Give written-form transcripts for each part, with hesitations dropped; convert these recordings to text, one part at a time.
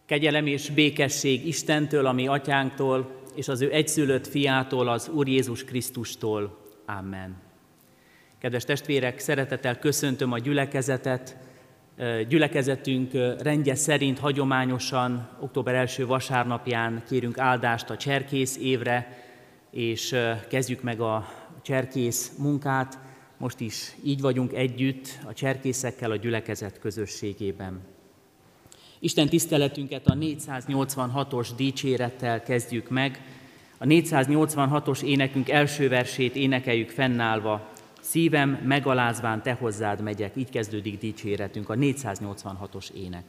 Kegyelem és békesség Istentől, a mi atyánktól, és az ő egyszülött fiától, az Úr Jézus Krisztustól. Amen. Kedves testvérek, szeretettel köszöntöm a gyülekezetet. Gyülekezetünk rendje szerint hagyományosan október első vasárnapján kérünk áldást a cserkész évre, és kezdjük meg a cserkész munkát. Most is így vagyunk együtt a cserkészekkel a gyülekezet közösségében. Isten tiszteletünket a 486-os dicsérettel kezdjük meg. A 486-os énekünk első versét énekeljük fennállva. Szívem megalázván te hozzád megyek. Így kezdődik dicséretünk, a 486-os ének.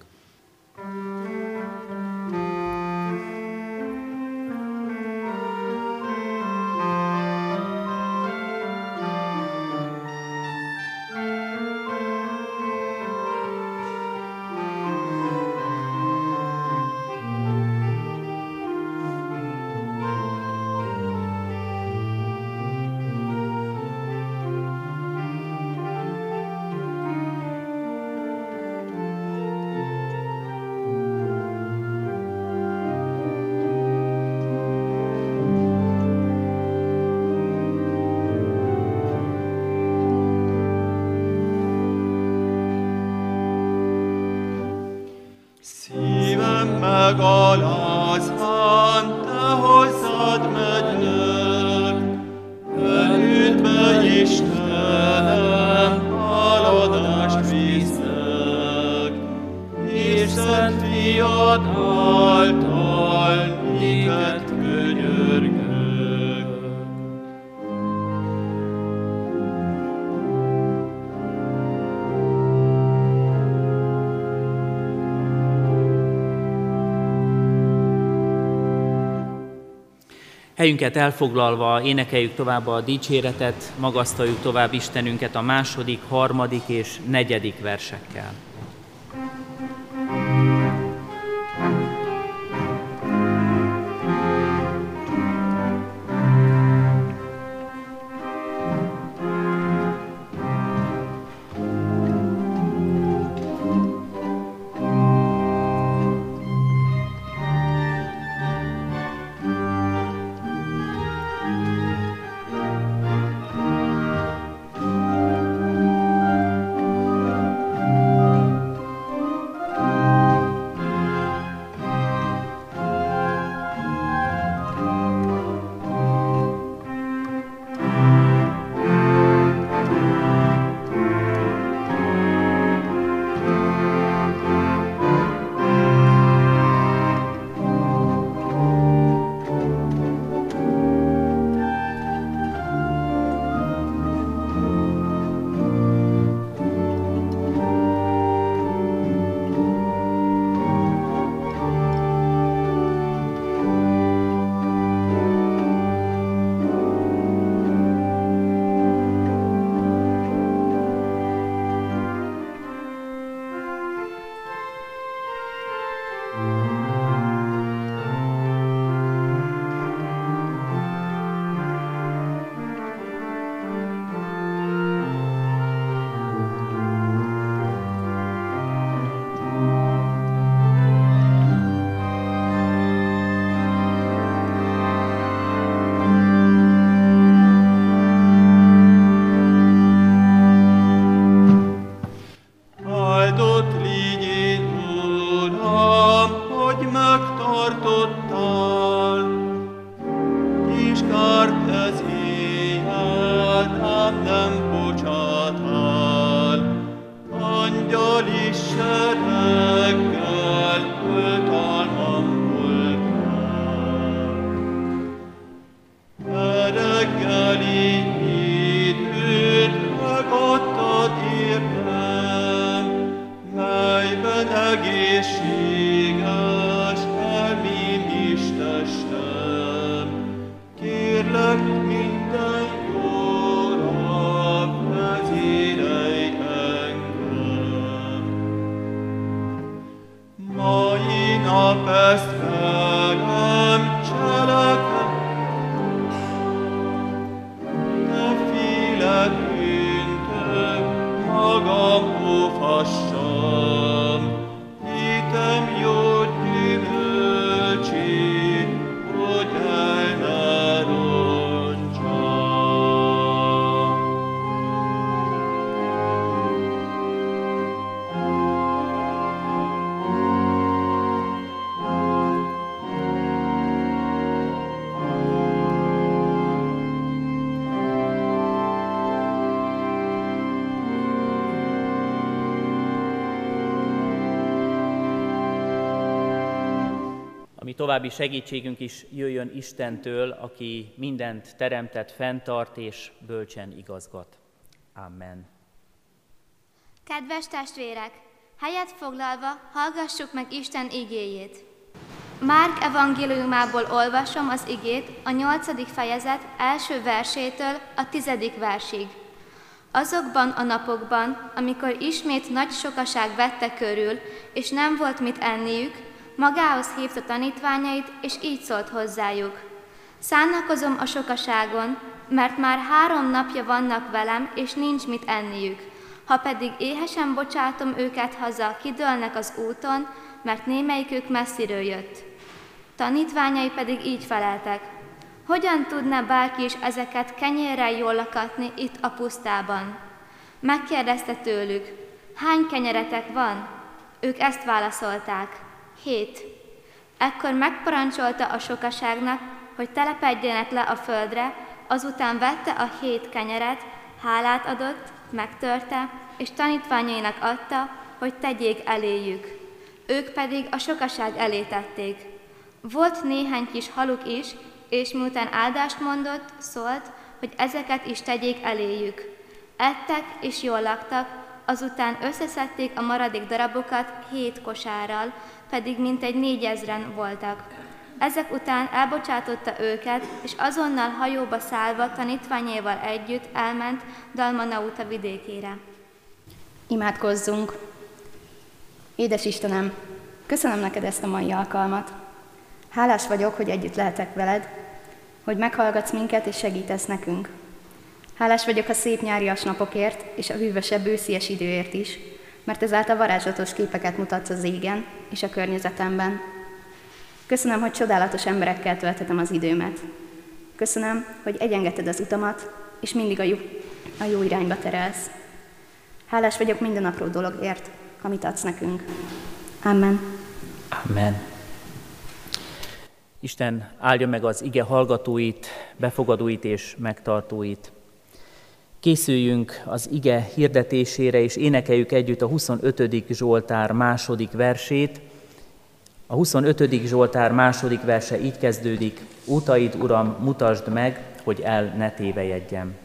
Megalázván te hozzád megyek, elődbe Istenem, háladást viszek, és szent fiad által néked könyörgök. Helyünket elfoglalva énekeljük tovább a dicséretet, magasztaljuk tovább Istenünket a második, harmadik és negyedik versekkel. Magam óvassam, hitem jót ami további segítségünk is jöjjön Istentől, aki mindent teremtett, fenntart és bölcsen igazgat. Amen. Kedves testvérek, helyet foglalva hallgassuk meg Isten igéjét. Márk evangéliumából olvasom az igét a 8. fejezet első versétől a 10. versig. Azokban a napokban, amikor ismét nagy sokaság vette körül, és nem volt mit enniük, magához hívta tanítványait, és így szólt hozzájuk. Szánakozom a sokaságon, mert már 3 napja vannak velem, és nincs mit enniük. Ha pedig éhesen bocsátom őket haza, kidőlnek az úton, mert némelyikük messziről jött. Tanítványai pedig így feleltek. Hogyan tudna bárki is ezeket kenyérrel jól lakatni itt a pusztában? Megkérdezte tőlük, hány kenyeretek van? Ők ezt válaszolták, 7. Ekkor megparancsolta a sokaságnak, hogy telepedjenek le a földre, azután vette a 7 kenyeret, hálát adott, megtörte, és tanítványainak adta, hogy tegyék eléjük. Ők pedig a sokaság elé tették. Volt néhány kis haluk is, és miután áldást mondott, szólt, hogy ezeket is tegyék eléjük. Ettek és jól laktak, azután összeszedték a maradék darabokat 7 kosárral, pedig mintegy 4000-en voltak. Ezek után elbocsátotta őket, és azonnal hajóba szállva tanítványaival együtt elment Dalmanauta vidékére. Imádkozzunk! Édes Istenem, köszönöm neked ezt a mai alkalmat. Hálás vagyok, hogy együtt lehetek veled, hogy meghallgatsz minket és segítesz nekünk. Hálás vagyok a szép nyárias napokért és a hűvösebb őszies időért is, mert ezáltal varázslatos képeket mutatsz az égen és a környezetemben. Köszönöm, hogy csodálatos emberekkel tölthetem az időmet. Köszönöm, hogy egyengedted az utamat, és mindig a jó irányba terelsz. Hálás vagyok minden apró dologért, amit adsz nekünk. Amen. Amen. Isten áldja meg az ige hallgatóit, befogadóit és megtartóit. Készüljünk az ige hirdetésére, és énekeljük együtt a 25. Zsoltár második versét. A 25. Zsoltár második verse így kezdődik: Útaid, Uram, mutasd meg, hogy el ne tévejedjem.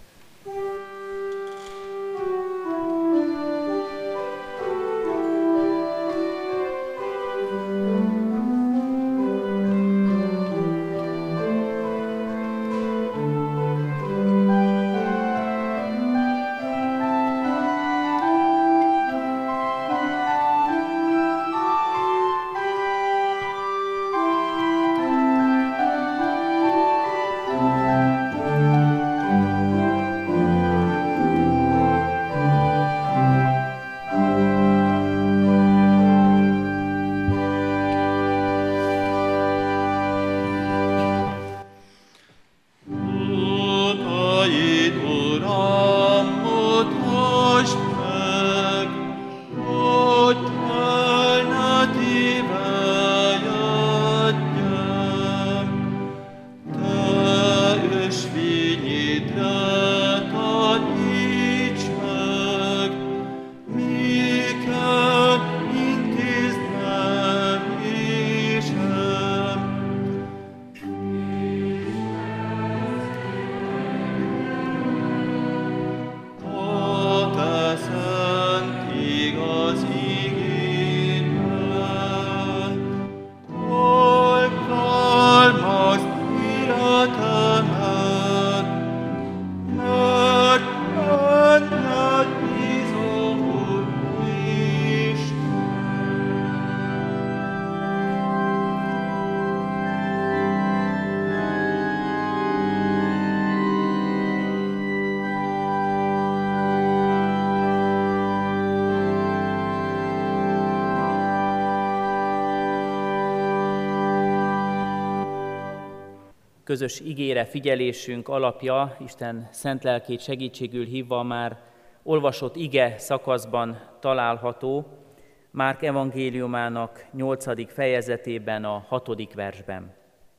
Közös igére figyelésünk alapja, Isten szent lelkét segítségül hívva már olvasott ige szakaszban található, Márk evangéliumának 8. fejezetében a 6. versben.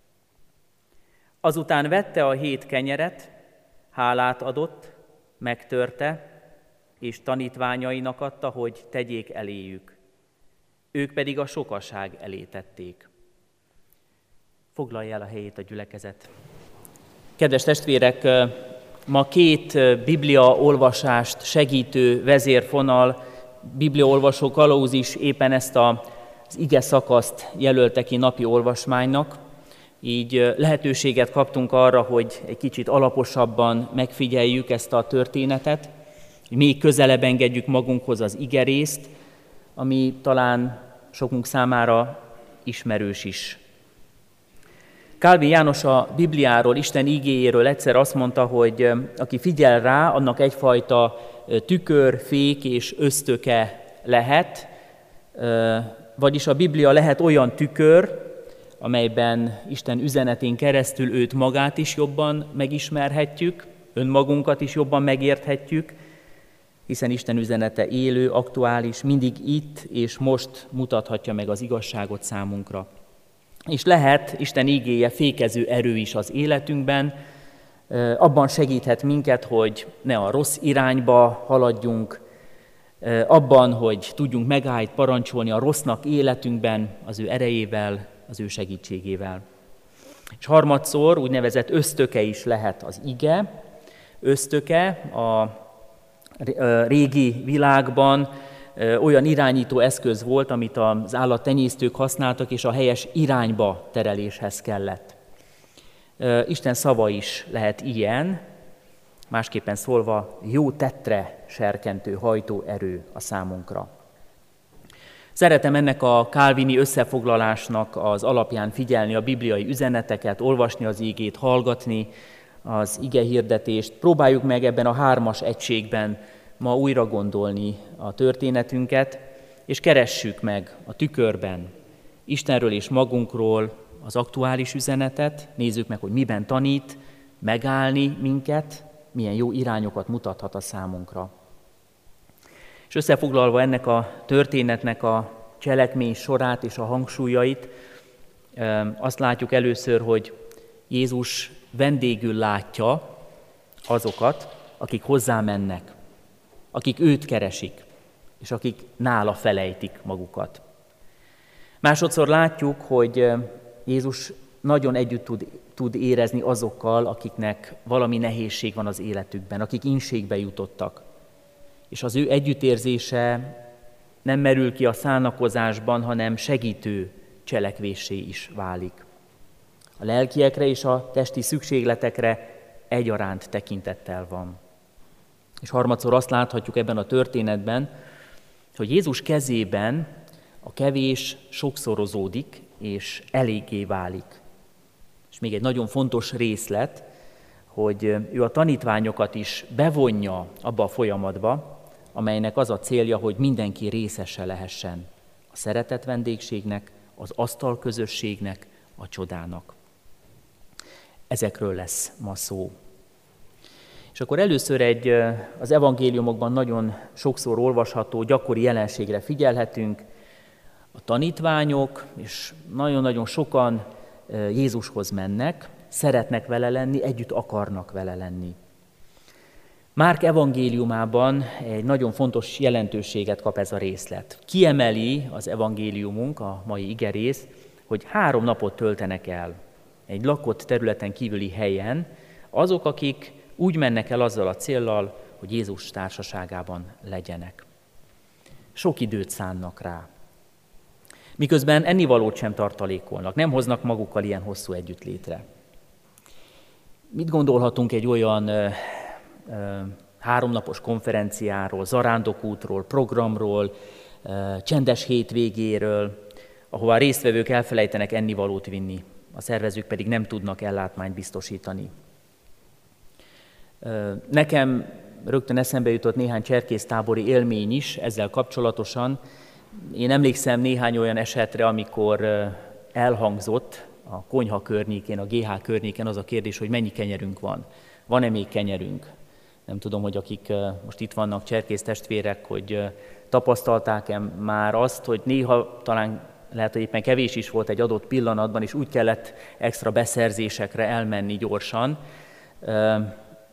Azután vette a 7 kenyeret, hálát adott, megtörte, és tanítványainak adta, hogy tegyék eléjük. Ők pedig a sokaság elé tették. Foglalja el a helyét a gyülekezet. Kedves testvérek, ma 2 Biblia olvasást segítő vezérfonal, bibliaolvasó kalauz is éppen ezt az ige szakaszt jelölte ki napi olvasmánynak. Így lehetőséget kaptunk arra, hogy egy kicsit alaposabban megfigyeljük ezt a történetet, hogy még közelebb engedjük magunkhoz az igerészt, ami talán sokunk számára ismerős is. Kálvin János a Bibliáról, Isten igéjéről egyszer azt mondta, hogy aki figyel rá, annak egyfajta tükör, fék és ösztöke lehet, vagyis a Biblia lehet olyan tükör, amelyben Isten üzenetén keresztül őt magát is jobban megismerhetjük, önmagunkat is jobban megérthetjük, hiszen Isten üzenete élő, aktuális, mindig itt és most mutathatja meg az igazságot számunkra. És lehet Isten igéje fékező erő is az életünkben, abban segíthet minket, hogy ne a rossz irányba haladjunk, abban, hogy tudjunk megállt parancsolni a rossznak életünkben az ő erejével, az ő segítségével. És harmadszor úgynevezett ösztöke is lehet az ige. Ösztöke a régi világban olyan irányító eszköz volt, amit az állattenyésztők használtak, és a helyes irányba tereléshez kellett. Isten szava is lehet ilyen, másképpen szólva jó tettre serkentő hajtóerő a számunkra. Szeretem ennek a kálvini összefoglalásnak az alapján figyelni a bibliai üzeneteket, olvasni az igét, hallgatni az igehirdetést. Próbáljuk meg ebben a 3-as egységben ma újra gondolni a történetünket, és keressük meg a tükörben Istenről és magunkról az aktuális üzenetet, nézzük meg, hogy miben tanít, megállni minket, milyen jó irányokat mutathat a számunkra. És összefoglalva ennek a történetnek a cselekmény sorát és a hangsúlyait, azt látjuk először, hogy Jézus vendégül látja azokat, akik hozzá mennek, akik őt keresik, és akik nála felejtik magukat. Másodszor látjuk, hogy Jézus nagyon együtt tud érezni azokkal, akiknek valami nehézség van az életükben, akik ínségbe jutottak. És az ő együttérzése nem merül ki a szánakozásban, hanem segítő cselekvéssé is válik. A lelkiekre és a testi szükségletekre egyaránt tekintettel van. És harmadszor azt láthatjuk ebben a történetben, hogy Jézus kezében a kevés sokszorozódik és eléggé válik. És még egy nagyon fontos részlet, hogy ő a tanítványokat is bevonja abba a folyamatba, amelynek az a célja, hogy mindenki részese lehessen a szeretett vendégségnek, az asztalközösségnek, a csodának. Ezekről lesz ma szó. És akkor először az evangéliumokban nagyon sokszor olvasható, gyakori jelenségre figyelhetünk. A tanítványok, és nagyon-nagyon sokan Jézushoz mennek, szeretnek vele lenni, együtt akarnak vele lenni. Márk evangéliumában egy nagyon fontos jelentőséget kap ez a részlet. Kiemeli az evangéliumunk, a mai igerész, hogy 3 napot töltenek el egy lakott területen kívüli helyen azok, akik úgy mennek el azzal a céllal, hogy Jézus társaságában legyenek. Sok időt szánnak rá. Miközben ennivalót sem tartalékolnak, nem hoznak magukkal ilyen hosszú együttlétre. Mit gondolhatunk egy olyan 3 napos konferenciáról, zarándokútról, programról, csendes hétvégéről, ahová a résztvevők elfelejtenek ennivalót vinni, a szervezők pedig nem tudnak ellátmányt biztosítani. Nekem rögtön eszembe jutott néhány cserkésztábori élmény is ezzel kapcsolatosan. Én emlékszem néhány olyan esetre, amikor elhangzott a konyha környékén, a GH környéken az a kérdés, hogy mennyi kenyerünk van. Van-e még kenyerünk? Nem tudom, hogy akik most itt vannak, cserkész testvérek, hogy tapasztalták-e már azt, hogy néha talán lehet, hogy éppen kevés is volt egy adott pillanatban, és úgy kellett extra beszerzésekre elmenni gyorsan.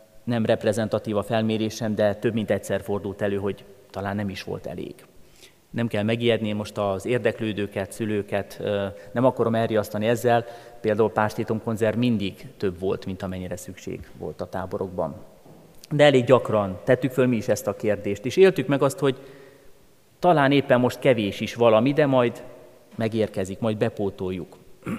Nem reprezentatív a felmérésem, de több mint egyszer fordult elő, hogy talán nem is volt elég. Nem kell megijedni most az érdeklődőket, szülőket, nem akarom elriasztani ezzel, például pástétomkonzerv mindig több volt, mint amennyire szükség volt a táborokban. De elég gyakran tettük föl mi is ezt a kérdést, és éltük meg azt, hogy talán éppen most kevés is valami, de majd megérkezik, majd bepótoljuk.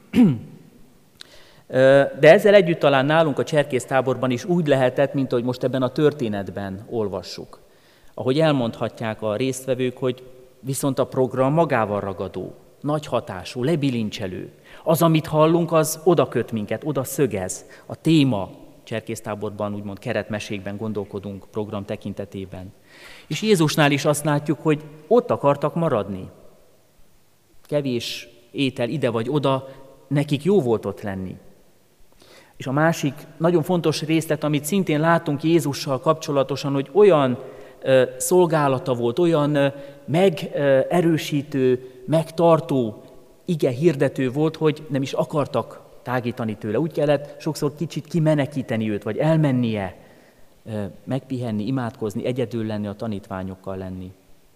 De ezzel együtt talán nálunk a cserkésztáborban is úgy lehetett, mint ahogy most ebben a történetben olvassuk. Ahogy elmondhatják a résztvevők, hogy viszont a program magával ragadó, nagy hatású, lebilincselő. Az, amit hallunk, az oda köt minket, oda szögez. A téma, cserkésztáborban úgymond keretmesékben gondolkodunk program tekintetében. És Jézusnál is azt látjuk, hogy ott akartak maradni. Kevés étel ide vagy oda, nekik jó volt ott lenni. És a másik nagyon fontos részlet, amit szintén látunk Jézussal kapcsolatosan, hogy olyan szolgálata volt, olyan megerősítő, megtartó, ige hirdető volt, hogy nem is akartak tágítani tőle. Úgy kellett sokszor kicsit kimenekíteni őt, vagy elmennie, megpihenni, imádkozni, egyedül lenni, a tanítványokkal lenni.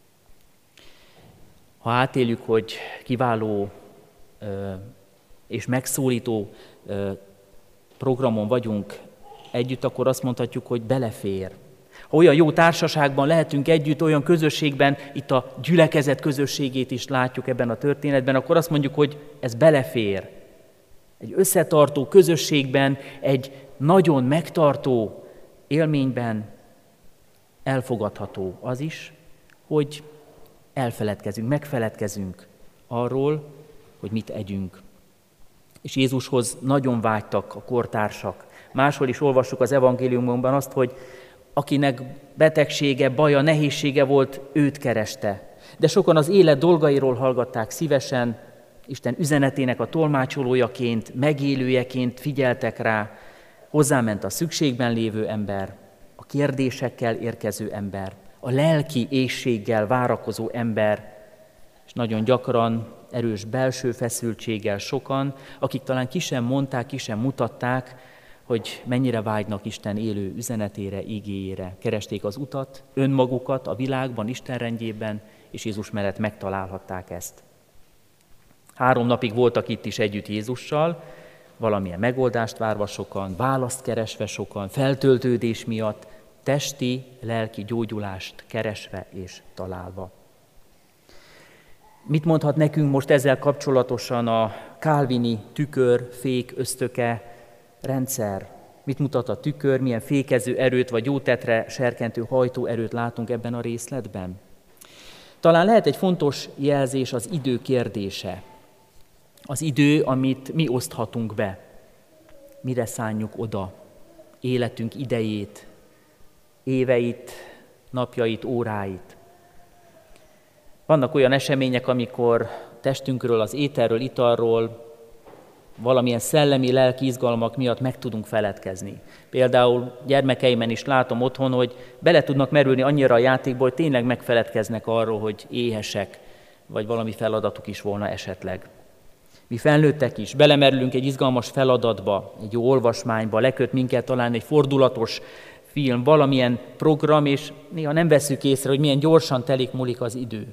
Ha átéljük, hogy kiváló és megszólító programon vagyunk együtt, akkor azt mondhatjuk, hogy belefér. Ha olyan jó társaságban lehetünk együtt, olyan közösségben, itt a gyülekezet közösségét is látjuk ebben a történetben, akkor azt mondjuk, hogy ez belefér. Egy összetartó közösségben, egy nagyon megtartó élményben elfogadható az is, hogy megfeledkezünk arról, hogy mit együnk. És Jézushoz nagyon vágytak a kortársak. Máshol is olvassuk az evangéliumban azt, hogy akinek betegsége, baja, nehézsége volt, őt kereste. De sokan az élet dolgairól hallgatták szívesen, Isten üzenetének a tolmácsolójaként, megélőjeként figyeltek rá. Hozzáment a szükségben lévő ember, a kérdésekkel érkező ember, a lelki éhséggel várakozó ember, és nagyon gyakran erős belső feszültséggel sokan, akik talán ki sem mondták, ki sem mutatták, hogy mennyire vágynak Isten élő üzenetére, igéjére. Keresték az utat, önmagukat a világban, Isten rendjében, és Jézus mellett megtalálhatták ezt. 3 napig voltak itt is együtt Jézussal, valamilyen megoldást várva sokan, választ keresve sokan, feltöltődés miatt, testi, lelki gyógyulást keresve és találva. Mit mondhat nekünk most ezzel kapcsolatosan a kálvini tükör, fék, ösztöke rendszer? Mit mutat a tükör, milyen fékező erőt vagy jótetre serkentő hajtó erőt látunk ebben a részletben? Talán lehet egy fontos jelzés az idő kérdése. Az idő, amit mi oszthatunk be. Mire szánjuk oda? Életünk idejét, éveit, napjait, óráit. Vannak olyan események, amikor testünkről, az ételről, italról, valamilyen szellemi, lelki izgalmak miatt meg tudunk feledkezni. Például gyermekeimen is látom otthon, hogy bele tudnak merülni annyira a játékba, hogy tényleg megfeledkeznek arról, hogy éhesek, vagy valami feladatuk is volna esetleg. Mi felnőttek is belemerülünk egy izgalmas feladatba, egy jó olvasmányba, leköt minket talán egy fordulatos film, valamilyen program, és néha nem vesszük észre, hogy milyen gyorsan múlik az idő.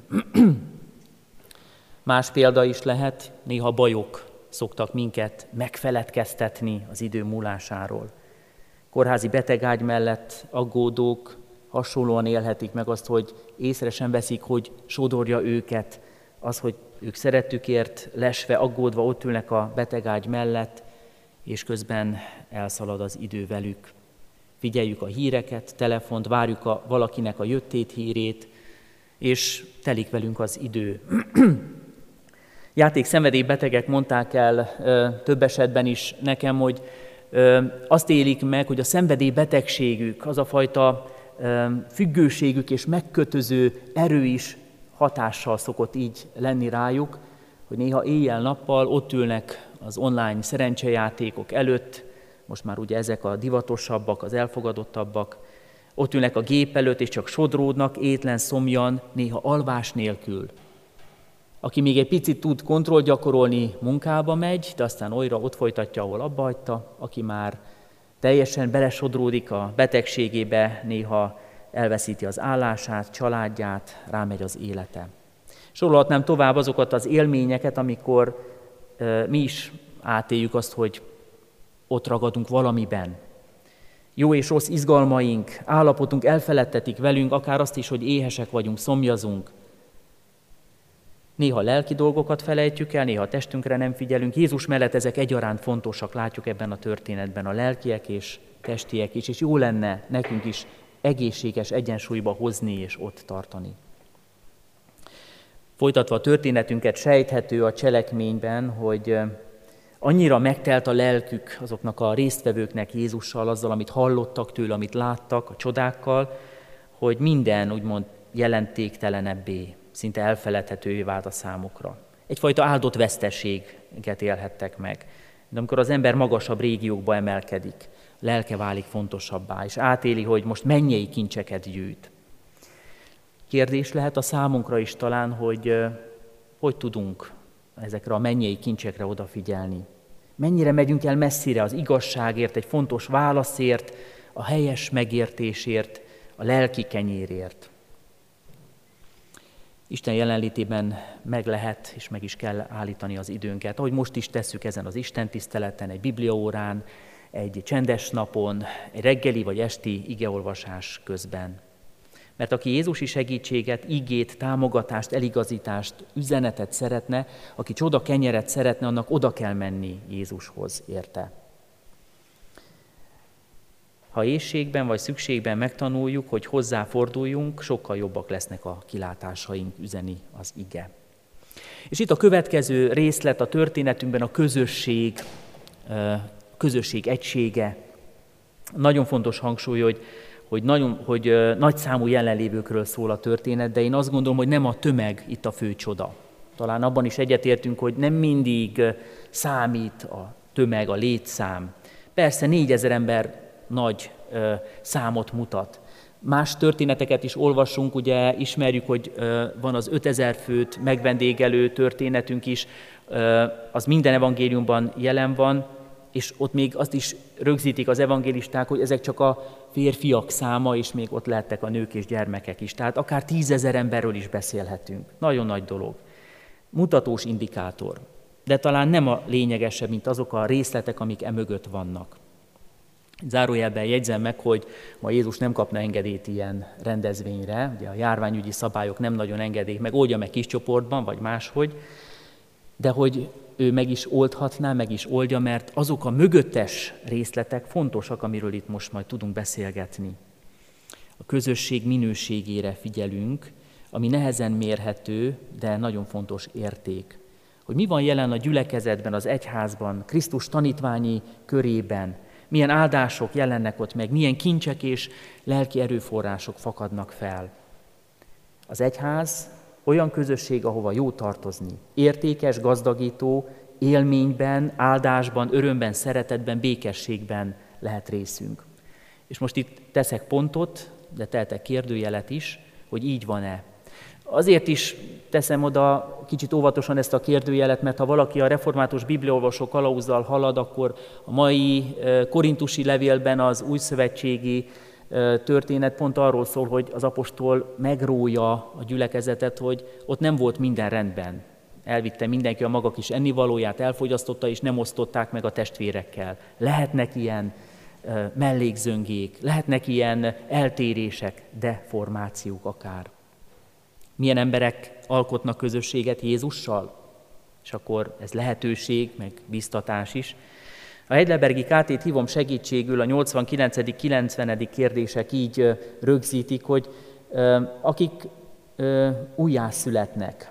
Más példa is lehet, néha bajok szoktak minket megfeledkeztetni az idő múlásáról. Kórházi betegágy mellett aggódók hasonlóan élhetik meg azt, hogy észre sem veszik, hogy sodorja őket, az, hogy ők szerettükért lesve, aggódva ott ülnek a betegágy mellett, és közben elszalad az idő velük. Figyeljük a híreket, telefont, várjuk valakinek a jöttét hírét, és telik velünk az idő. Játékszenvedélybetegek mondták el több esetben is nekem, hogy azt élik meg, hogy a szenvedélybetegségük, az a fajta függőségük és megkötöző erő is hatással szokott így lenni rájuk, hogy néha éjjel-nappal ott ülnek az online szerencsejátékok előtt, most már ugye ezek a divatosabbak, az elfogadottabbak, ott ülnek a gép előtt, és csak sodródnak, étlen, szomjan, néha alvás nélkül. Aki még egy picit tud kontrollt gyakorolni, munkába megy, de aztán olyra ott folytatja, ahol abba hagyta, aki már teljesen belesodródik a betegségébe, néha elveszíti az állását, családját, rámegy az élete. Sorolhatnám tovább azokat az élményeket, amikor mi is átéljük azt, hogy ott ragadunk valamiben. Jó és rossz izgalmaink, állapotunk elfeledtetik velünk, akár azt is, hogy éhesek vagyunk, szomjazunk. Néha lelki dolgokat felejtjük el, néha a testünkre nem figyelünk. Jézus mellett ezek egyaránt fontosak, látjuk ebben a történetben, a lelkiek és testiek is, és jó lenne nekünk is egészséges egyensúlyba hozni és ott tartani. Folytatva a történetünket, sejthető a cselekményben, hogy annyira megtelt a lelkük azoknak a résztvevőknek Jézussal, azzal, amit hallottak tőle, amit láttak, a csodákkal, hogy minden úgymond jelentéktelenebbé, szinte elfeledhetővé vált a számukra. Egyfajta áldott veszteséget élhettek meg. De amikor az ember magasabb régiókba emelkedik, lelke válik fontosabbá, és átéli, hogy most mennyei kincseket gyűjt. Kérdés lehet a számunkra is talán, hogy tudunk ezekre a mennyei kincsekre odafigyelni. Mennyire megyünk el messzire az igazságért, egy fontos válaszért, a helyes megértésért, a lelki kenyérért. Isten jelenlétében meg lehet és meg is kell állítani az időnket, ahogy most is tesszük ezen az istentiszteleten, egy bibliaórán, egy csendes napon, egy reggeli vagy esti igeolvasás közben. Mert aki Jézusi segítséget, igét, támogatást, eligazítást, üzenetet szeretne, aki csoda kenyeret szeretne, annak oda kell menni Jézushoz, érte. Ha éhségben vagy szükségben megtanuljuk, hogy hozzáforduljunk, sokkal jobbak lesznek a kilátásaink, üzeni az ige. És itt a következő részlet a történetünkben a közösség egysége. Nagyon fontos hangsúly, hogy nagy számú jelenlévőkről szól a történet, de én azt gondolom, hogy nem a tömeg itt a fő csoda. Talán abban is egyetértünk, hogy nem mindig számít a tömeg, a létszám. Persze 4000 ember nagy számot mutat. Más történeteket is olvasunk, ugye ismerjük, hogy van az 5000 főt megvendégelő történetünk is, az minden evangéliumban jelen van, és ott még azt is rögzítik az evangélisták, hogy ezek csak a férfiak száma, és még ott lehettek a nők és gyermekek is. Tehát akár 10 000 emberről is beszélhetünk. Nagyon nagy dolog. Mutatós indikátor. De talán nem a lényegesebb, mint azok a részletek, amik emögött vannak. Zárójelben jegyzem meg, hogy ma Jézus nem kapna engedélyt ilyen rendezvényre, ugye a járványügyi szabályok nem nagyon engedik meg, oldja meg kis csoportban, vagy máshogy, de hogy ő meg is oldhatná, meg is oldja, mert azok a mögöttes részletek fontosak, amiről itt most majd tudunk beszélgetni. A közösség minőségére figyelünk, ami nehezen mérhető, de nagyon fontos érték. Hogy mi van jelen a gyülekezetben, az egyházban, Krisztus tanítványi körében, milyen áldások jelennek ott meg, milyen kincsek és lelki erőforrások fakadnak fel. Az egyház olyan közösség, ahova jó tartozni. Értékes, gazdagító, élményben, áldásban, örömben, szeretetben, békességben lehet részünk. És most itt teszek pontot, de tehetek kérdőjelet is, hogy így van-e. Azért is teszem oda kicsit óvatosan ezt a kérdőjelet, mert ha valaki a református bibliaolvasó kalauzzal halad, akkor a mai korintusi levélben az újszövetségi történet pont arról szól, hogy az apostol megrója a gyülekezetet, hogy ott nem volt minden rendben. Elvitte mindenki a maga kis ennivalóját, elfogyasztotta, és nem osztották meg a testvérekkel. Lehetnek ilyen mellékzöngék, lehetnek ilyen eltérések, deformációk akár. Milyen emberek alkotnak közösséget Jézussal? És akkor ez lehetőség, meg biztatás is. A Heidelbergi KT-t hívom segítségül, a 89.-90. kérdések így rögzítik, hogy akik újjászületnek,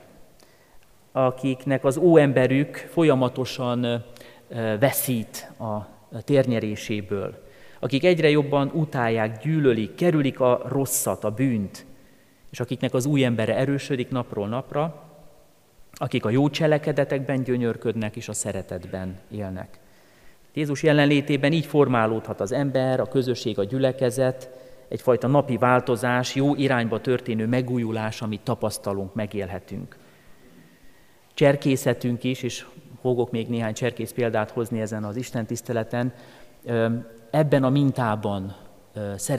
akiknek az óemberük folyamatosan veszít a térnyeréséből, akik egyre jobban utálják, gyűlölik, kerülik a rosszat, a bűnt, és akiknek az új embere erősödik napról napra, akik a jó cselekedetekben gyönyörködnek és a szeretetben élnek. Jézus jelenlétében így formálódhat az ember, a közösség, a gyülekezet, egyfajta napi változás, jó irányba történő megújulás, amit tapasztalunk, megélhetünk. Cserkészetünk is, és fogok még néhány cserkész példát hozni ezen az istentiszteleten, ebben a mintában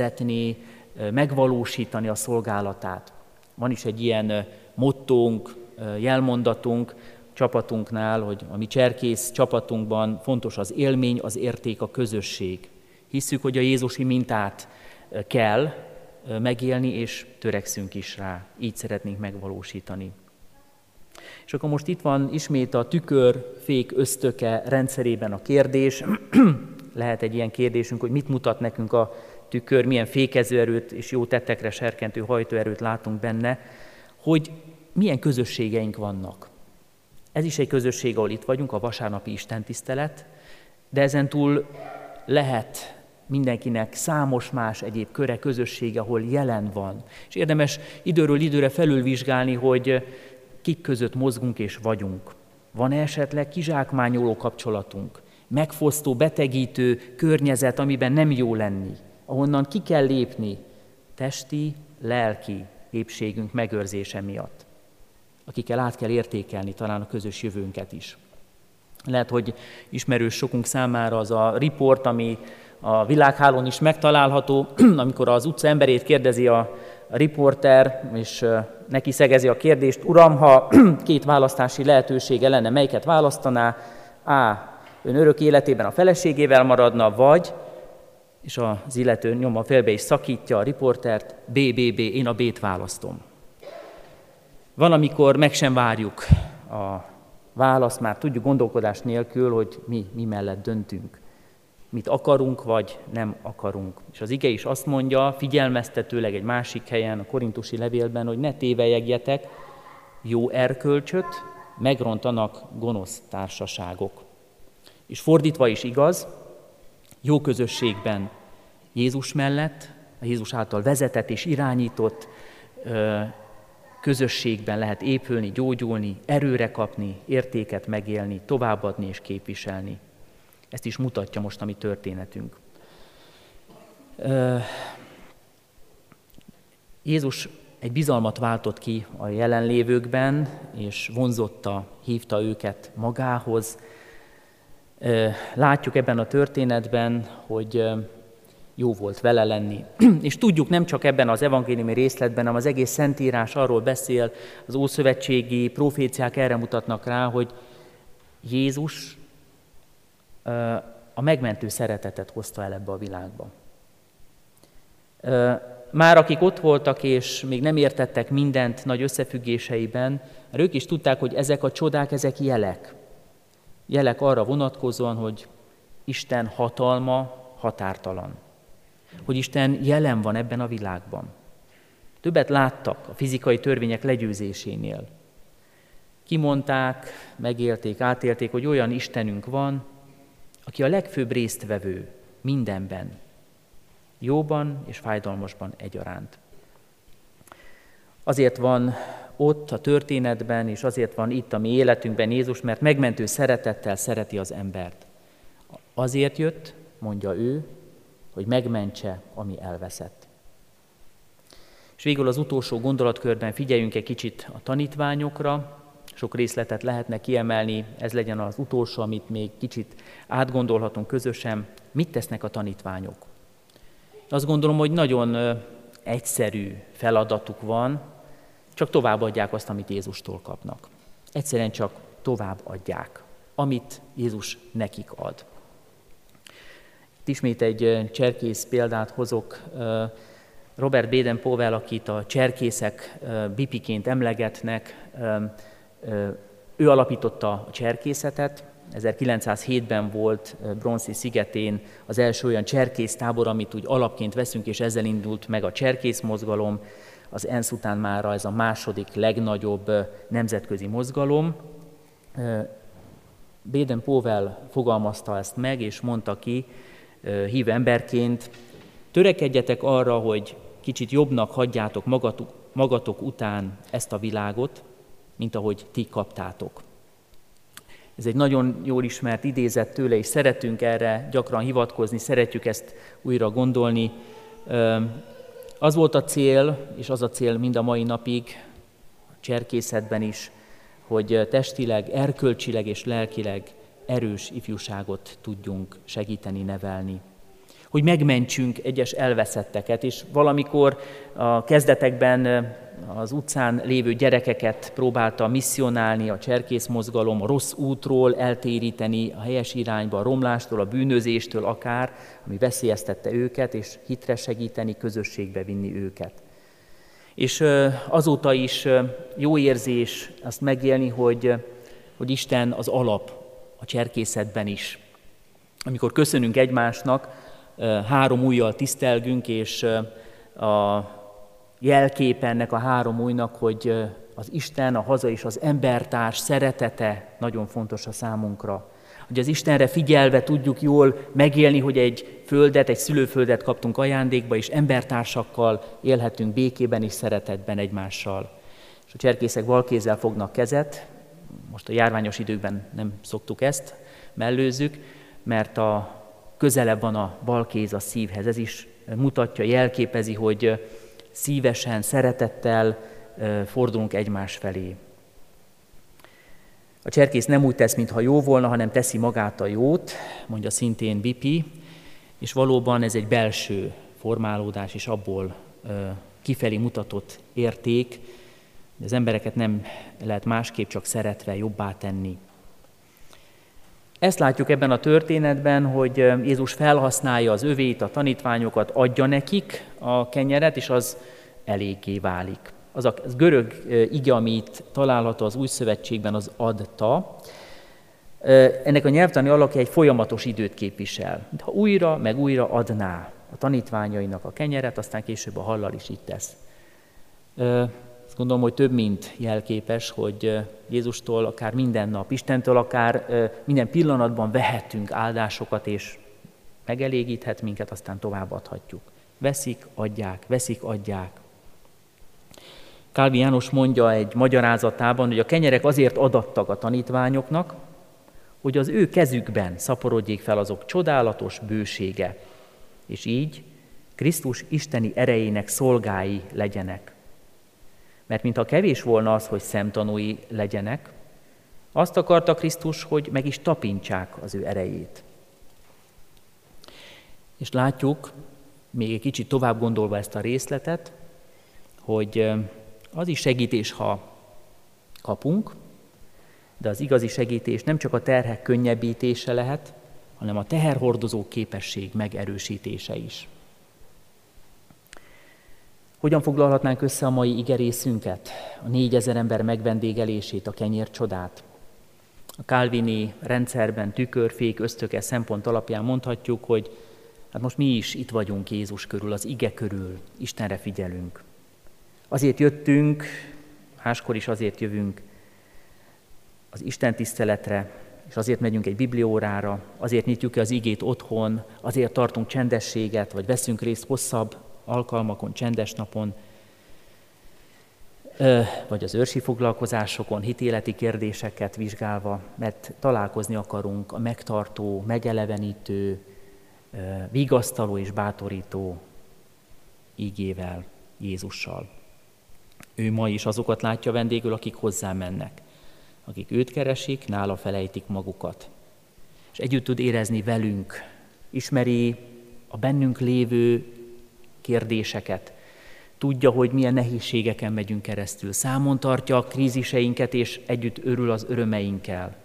szeretné megvalósítani a szolgálatát. Van is egy ilyen mottónk, jelmondatunk csapatunknál, hogy a mi cserkész csapatunkban fontos az élmény, az érték, a közösség. Hisszük, hogy a jézusi mintát kell megélni, és törekszünk is rá. Így szeretnénk megvalósítani. És akkor most itt van ismét a tükör-fék ösztöke rendszerében a kérdés. Lehet egy ilyen kérdésünk, hogy mit mutat nekünk a tükör, milyen fékező erőt és jó tettekre serkentő hajtóerőt látunk benne, hogy milyen közösségeink vannak. Ez is egy közösség, ahol itt vagyunk, a vasárnapi istentisztelet, de ezen túl lehet mindenkinek számos más egyéb köre, közössége, ahol jelen van. És érdemes időről időre felülvizsgálni, hogy kik között mozgunk és vagyunk. Van-e esetleg kizsákmányoló kapcsolatunk, megfosztó, betegítő környezet, amiben nem jó lenni, ahonnan ki kell lépni testi, lelki épségünk megőrzése miatt, akikkel át kell értékelni talán a közös jövőnket is. Lehet, hogy ismerős sokunk számára az a riport, ami a világhálón is megtalálható, amikor az utca emberét kérdezi a riporter, és neki szegezi a kérdést: Uram, ha két választási lehetősége lenne, melyiket választaná? A. Ön örök életében a feleségével maradna, vagy, és az illető nyoma félbe is szakítja a riportert, B, én a B-t választom. Valamikor meg sem várjuk a választ, már tudjuk gondolkodás nélkül, hogy mi mellett döntünk. Mit akarunk, vagy nem akarunk. És az ige is azt mondja, figyelmeztetőleg egy másik helyen, a korintusi levélben, hogy ne tévelyegjetek, jó erkölcsöt megrontanak gonosz társaságok. És fordítva is igaz, jó közösségben Jézus mellett, a Jézus által vezetett és irányított közösségben lehet épülni, gyógyulni, erőre kapni, értéket megélni, továbbadni és képviselni. Ezt is mutatja most a mi történetünk. Jézus egy bizalmat váltott ki a jelenlévőkben, és vonzotta, hívta őket magához. Látjuk ebben a történetben, hogy jó volt vele lenni. És tudjuk, nem csak ebben az evangéliumi részletben, hanem az egész Szentírás arról beszél, az ószövetségi proféciák erre mutatnak rá, hogy Jézus a megmentő szeretetet hozta el ebbe a világba. Már akik ott voltak, és még nem értettek mindent nagy összefüggéseiben, ők is tudták, hogy ezek a csodák, ezek jelek. Jelek arra vonatkozóan, hogy Isten hatalma határtalan. Hogy Isten jelen van ebben a világban. Többet láttak a fizikai törvények legyőzésénél. Kimondták, megélték, átélték, hogy olyan Istenünk van, aki a legfőbb résztvevő mindenben, jóban és fájdalmasban egyaránt. Azért van ott a történetben, és azért van itt a mi életünkben Jézus, mert megmentő szeretettel szereti az embert. Azért jött, mondja ő, hogy megmentse, ami elveszett. És végül az utolsó gondolatkörben figyeljünk egy kicsit a tanítványokra. Sok részletet lehetne kiemelni, ez legyen az utolsó, amit még kicsit átgondolhatunk közösen. Mit tesznek a tanítványok? Azt gondolom, hogy nagyon egyszerű feladatuk van, csak továbbadják azt, amit Jézustól kapnak. Egyszerűen csak továbbadják, amit Jézus nekik ad. Itt ismét egy cserkész példát hozok. Robert Baden-Powell, akit a cserkészek bipiként emlegetnek, ő alapította a cserkészetet. 1907-ben volt Bronxi szigetén az első olyan cserkésztábor, amit úgy alapként veszünk, és ezzel indult meg a cserkész mozgalom. Az ENSZ után mára ez a második legnagyobb nemzetközi mozgalom. Baden-Powell fogalmazta ezt meg, és mondta ki hív emberként: törekedjetek arra, hogy kicsit jobbnak hagyjátok magatok után ezt a világot, mint ahogy ti kaptátok. Ez egy nagyon jól ismert idézet tőle, és szeretünk erre gyakran hivatkozni, szeretjük ezt újra gondolni. Az volt a cél, és az a cél mind a mai napig, a cserkészetben is, hogy testileg, erkölcsileg és lelkileg erős ifjúságot tudjunk segíteni, nevelni. Hogy megmentsünk egyes elveszetteket, és valamikor a kezdetekben az utcán lévő gyerekeket próbálta misszionálni a cserkész mozgalom, a rossz útról eltéríteni a helyes irányba, a romlástól, a bűnözéstől akár, ami veszélyeztette őket, és hitre segíteni, közösségbe vinni őket. És azóta is jó érzés azt megélni, hogy Isten az alap a cserkészetben is. Amikor köszönünk egymásnak, 3 ujjal tisztelgünk, és a jelképe ennek a 3 ujjnak, hogy az Isten, a haza és az embertárs szeretete nagyon fontos a számunkra. Hogy az Istenre figyelve tudjuk jól megélni, hogy egy szülőföldet kaptunk ajándékba, és embertársakkal élhetünk békében és szeretetben egymással. És a cserkészek balkézzel fognak kezet, most a járványos időkben nem szoktuk ezt, mellőzzük, mert közelebb van a bal kéz a szívhez. Ez is mutatja, jelképezi, hogy szívesen, szeretettel fordulunk egymás felé. A cserkész nem úgy tesz, mintha jó volna, hanem teszi magát a jót, mondja szintén Bipi, és valóban ez egy belső formálódás, és abból kifelé mutatott érték. Az embereket nem lehet másképp csak szeretve jobbá tenni. Ezt látjuk ebben a történetben, hogy Jézus felhasználja az övét, a tanítványokat, adja nekik a kenyeret, és az eléggé válik. Az görög ige, ami itt található az Új Szövetségben, az adta. Ennek a nyelvtani alakja egy folyamatos időt képvisel. Ha újra, meg újra adná a tanítványainak a kenyeret, aztán később a hallal is így tesz. Azt gondolom, hogy több mint jelképes, hogy Jézustól akár minden nap, Istentől akár minden pillanatban vehetünk áldásokat, és megelégíthet minket, aztán továbbadhatjuk. Veszik, adják. Kálvin János mondja egy magyarázatában, hogy a kenyerek azért adattak a tanítványoknak, hogy az ő kezükben szaporodjék fel azok csodálatos bősége, és így Krisztus isteni erejének szolgái legyenek. Mert mintha kevés volna az, hogy szemtanúi legyenek, azt akarta Krisztus, hogy meg is tapintsák az ő erejét. És látjuk, még egy kicsit tovább gondolva ezt a részletet, hogy az is segítés, ha kapunk, de az igazi segítés nem csak a terhek könnyebbítése lehet, hanem a teherhordozó képesség megerősítése is. Hogyan foglalhatnánk össze a mai igerészünket, a 4000 ember megvendégelését, a kenyércsodát? A kálvini rendszerben tükörfék, ösztöke szempont alapján mondhatjuk, hogy hát most mi is itt vagyunk Jézus körül, az ige körül, Istenre figyelünk. Azért jöttünk, máskor is azért jövünk az Isten tiszteletre, és azért megyünk egy bibliórára, azért nyitjuk ki az igét otthon, azért tartunk csendességet, vagy veszünk részt hosszabb alkalmakon, csendes napon, vagy az őrsi foglalkozásokon, hitéleti kérdéseket vizsgálva, mert találkozni akarunk a megtartó, megelevenítő, vigasztaló és bátorító ígével, Jézussal. Ő ma is azokat látja vendégül, akik hozzá mennek, akik őt keresik, nála felejtik magukat. És együtt tud érezni velünk, ismeri a bennünk lévő kérdéseket, tudja, hogy milyen nehézségeken megyünk keresztül, számon tartja a kríziseinket, és együtt örül az örömeinkkel.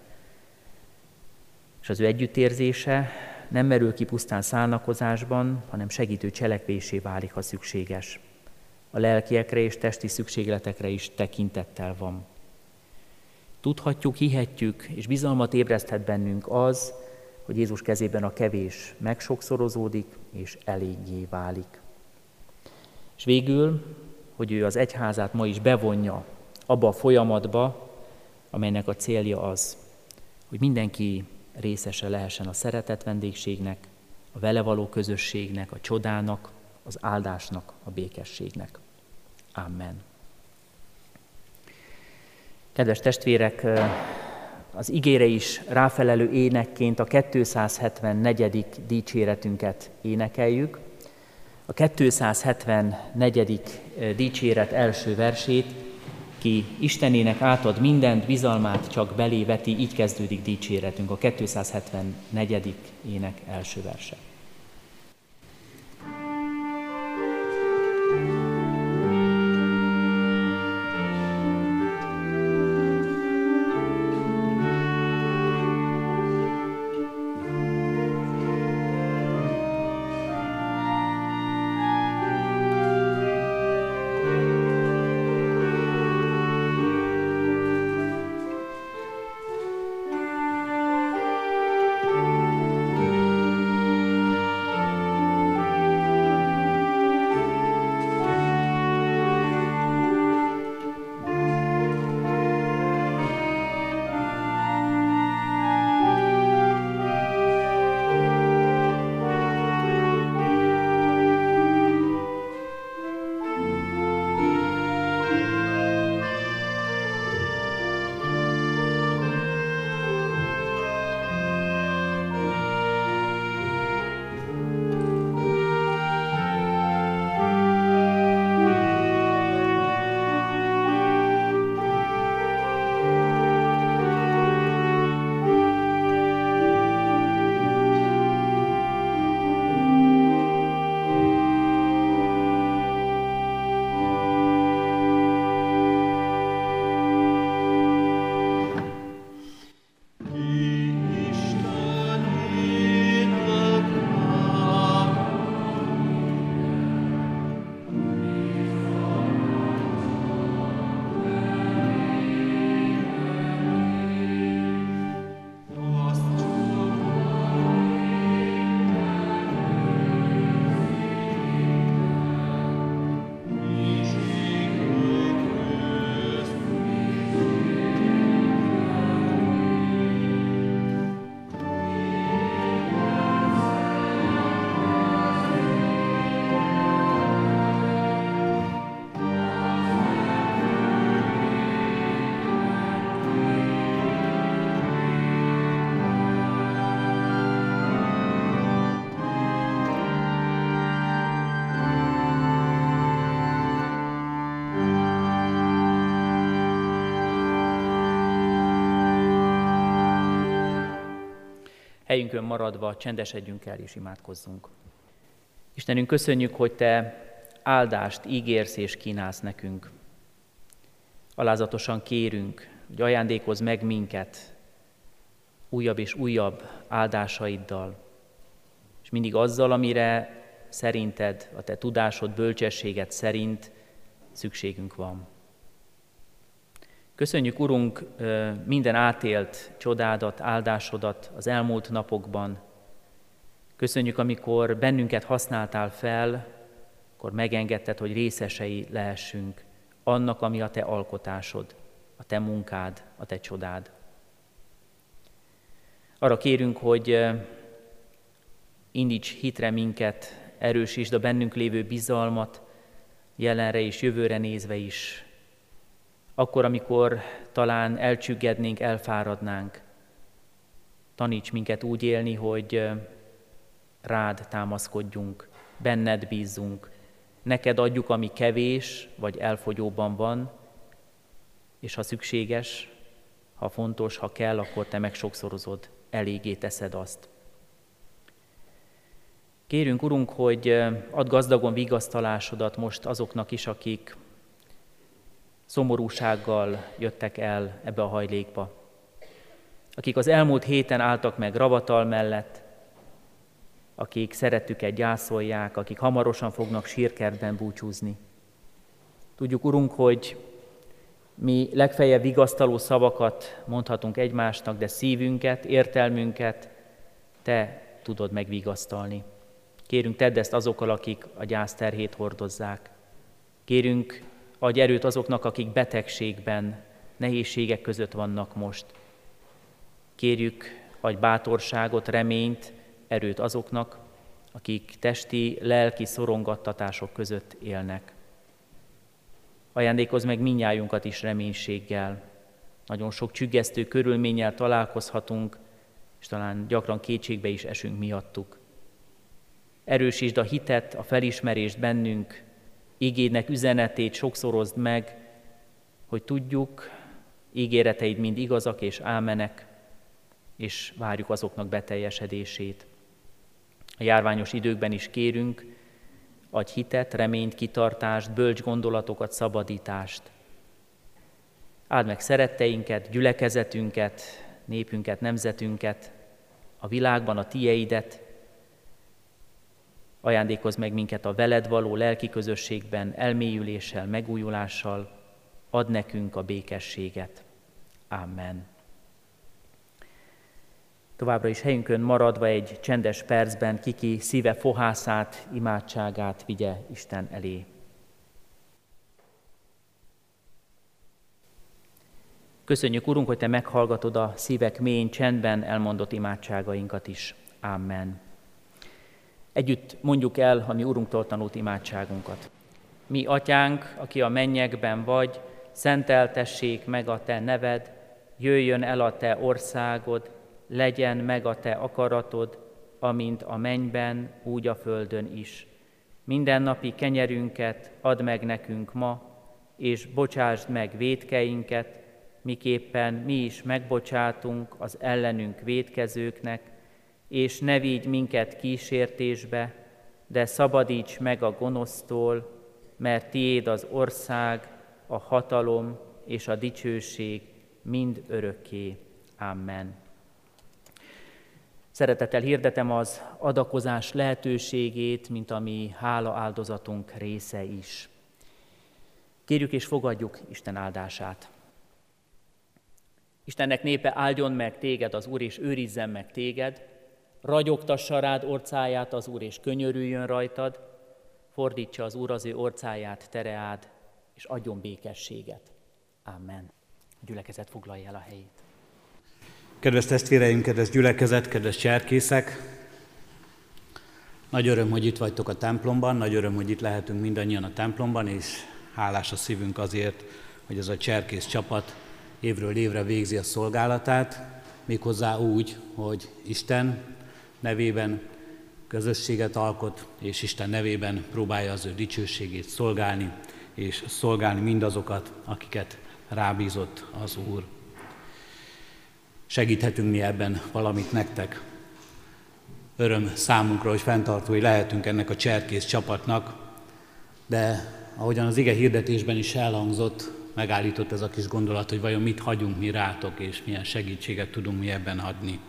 És az ő együttérzése nem merül ki pusztán szálnakozásban, hanem segítő cselekvésé válik, ha szükséges. A lelkiekre és testi szükségletekre is tekintettel van. Tudhatjuk, hihetjük, és bizalmat ébreszthet bennünk az, hogy Jézus kezében a kevés megsokszorozódik, és eléggé válik. És végül, hogy ő az egyházát ma is bevonja abba a folyamatba, amelynek a célja az, hogy mindenki részese lehessen a szeretett vendégségnek, a vele való közösségnek, a csodának, az áldásnak, a békességnek. Amen. Kedves testvérek, az igére is ráfelelő énekként a 274. dicséretünket énekeljük. A 274. dicséret első versét, ki Istenének átad mindent, bizalmát csak belé veti, így kezdődik dicséretünk, a 274. ének első verse. helyünkön maradva csendesedjünk el és imádkozzunk. Istenünk, köszönjük, hogy Te áldást ígérsz és kínálsz nekünk. Alázatosan kérünk, hogy ajándékozz meg minket újabb és újabb áldásaiddal, és mindig azzal, amire szerinted, a Te tudásod, bölcsességed szerint szükségünk van. Köszönjük, Urunk, minden átélt csodádat, áldásodat az elmúlt napokban. Köszönjük, amikor bennünket használtál fel, akkor megengedted, hogy részesei lehessünk annak, ami a Te alkotásod, a Te munkád, a Te csodád. Arra kérünk, hogy indíts hitre minket, erősítsd a bennünk lévő bizalmat, jelenre és jövőre nézve is. Akkor, amikor talán elcsüggednénk, elfáradnánk, taníts minket úgy élni, hogy rád támaszkodjunk, benned bízzunk, neked adjuk, ami kevés vagy elfogyóban van, és ha szükséges, ha fontos, ha kell, akkor te megsokszorozod, eléggé teszed azt. Kérünk, Urunk, hogy add gazdagon vigasztalásodat most azoknak is, akik szomorúsággal jöttek el ebbe a hajlékba, akik az elmúlt héten álltak meg ravatal mellett, akik szerettüket gyászolják, akik hamarosan fognak sírkertben búcsúzni. Tudjuk, Urunk, hogy mi legfeljebb vigasztaló szavakat mondhatunk egymásnak, de szívünket, értelmünket Te tudod megvigasztalni. Kérünk, tedd ezt azokkal, akik a gyász terhét hordozzák. Kérünk, adj erőt azoknak, akik betegségben, nehézségek között vannak most. Kérjük, adj bátorságot, reményt, erőt azoknak, akik testi, lelki szorongattatások között élnek. Ajándékozz meg mindnyájunkat is reménységgel. Nagyon sok csüggesztő körülménnyel találkozhatunk, és talán gyakran kétségbe is esünk miattuk. Erősítsd a hitet, a felismerést bennünk, ígédnek üzenetét sokszorozd meg, hogy tudjuk, ígéreteid mind igazak és ámenek, és várjuk azoknak beteljesedését. A járványos időkben is kérünk, adj hitet, reményt, kitartást, bölcs gondolatokat, szabadítást. Áld meg szeretteinket, gyülekezetünket, népünket, nemzetünket, a világban a tieidet. Ajándékozz meg minket a veled való lelki közösségben, elmélyüléssel, megújulással. Add nekünk a békességet. Amen. Továbbra is helyünkön maradva egy csendes percben ki szíve fohászát, imádságát vigye Isten elé. Köszönjük, Urunk, hogy Te meghallgatod a szívek mélyén csendben elmondott imádságainkat is. Amen. Együtt mondjuk el a mi Urunktól tanult imádságunkat. Mi, Atyánk, aki a mennyekben vagy, szenteltessék meg a Te neved, jöjjön el a Te országod, legyen meg a Te akaratod, amint a mennyben, úgy a földön is. Mindennapi kenyerünket add meg nekünk ma, és bocsásd meg vétkeinket, miképpen mi is megbocsátunk az ellenünk vétkezőknek, és ne vigy minket kísértésbe, de szabadíts meg a gonosztól, mert tiéd az ország, a hatalom és a dicsőség mind örökké. Amen. Szeretettel hirdetem az adakozás lehetőségét, mint a mi hála áldozatunk része is. Kérjük és fogadjuk Isten áldását. Istennek népe, áldjon meg téged az Úr, és őrizzen meg téged, ragyogtassa rád orcáját az Úr, és könyörüljön rajtad, fordítsa az Úr az ő orcáját tereád, és adjon békességet. Amen. A gyülekezet foglalja el a helyét. Kedves testvéreim, kedves gyülekezet, kedves cserkészek! Nagy öröm, hogy itt vagytok a templomban, nagy öröm, hogy itt lehetünk mindannyian a templomban, és hálás a szívünk azért, hogy ez a cserkész csapat évről évre végzi a szolgálatát, méghozzá úgy, hogy Isten nevében közösséget alkot, és Isten nevében próbálja az ő dicsőségét szolgálni, és szolgálni mindazokat, akiket rábízott az Úr. Segíthetünk mi ebben valamit nektek. öröm számunkra, hogy fenntartói lehetünk ennek a cserkész csapatnak, de ahogyan az ige hirdetésben is elhangzott, megállított ez a kis gondolat, hogy vajon mit hagyunk mi rátok, és milyen segítséget tudunk mi ebben adni.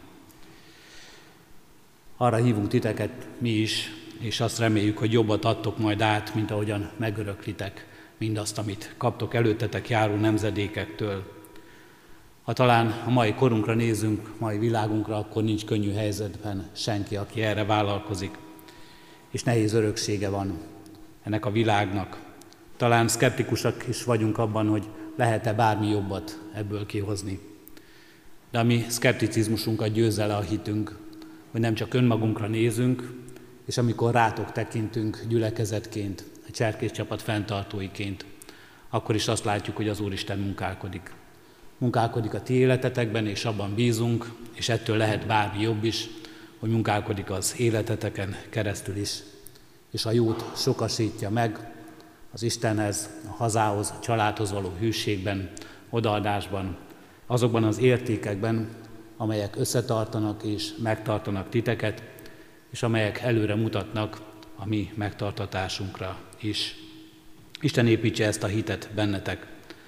Arra hívunk titeket mi is, és azt reméljük, hogy jobbat adtok majd át, mint ahogyan megöröklitek mindazt, amit kaptok előttetek járó nemzedékektől. Ha talán a mai korunkra nézünk, mai világunkra, akkor nincs könnyű helyzetben senki, aki erre vállalkozik, és nehéz öröksége van ennek a világnak. Talán szkeptikusak is vagyunk abban, hogy lehet-e bármi jobbat ebből kihozni. De a mi szkepticizmusunkat győzze le a hitünk, hogy nem csak önmagunkra nézünk, és amikor rátok tekintünk gyülekezetként, a cserkész csapat fenntartóiként, akkor is azt látjuk, hogy az Úristen munkálkodik. Munkálkodik a ti életetekben, és abban bízunk, és ettől lehet bármi jobb is, hogy munkálkodik az életeteken keresztül is. És a jót sokasítja meg az Istenhez, a hazához, a családhoz való hűségben, odaadásban, azokban az értékekben, amelyek összetartanak és megtartanak titeket, és amelyek előre mutatnak a mi megtartatásunkra is. Isten építse ezt a hitet bennetek.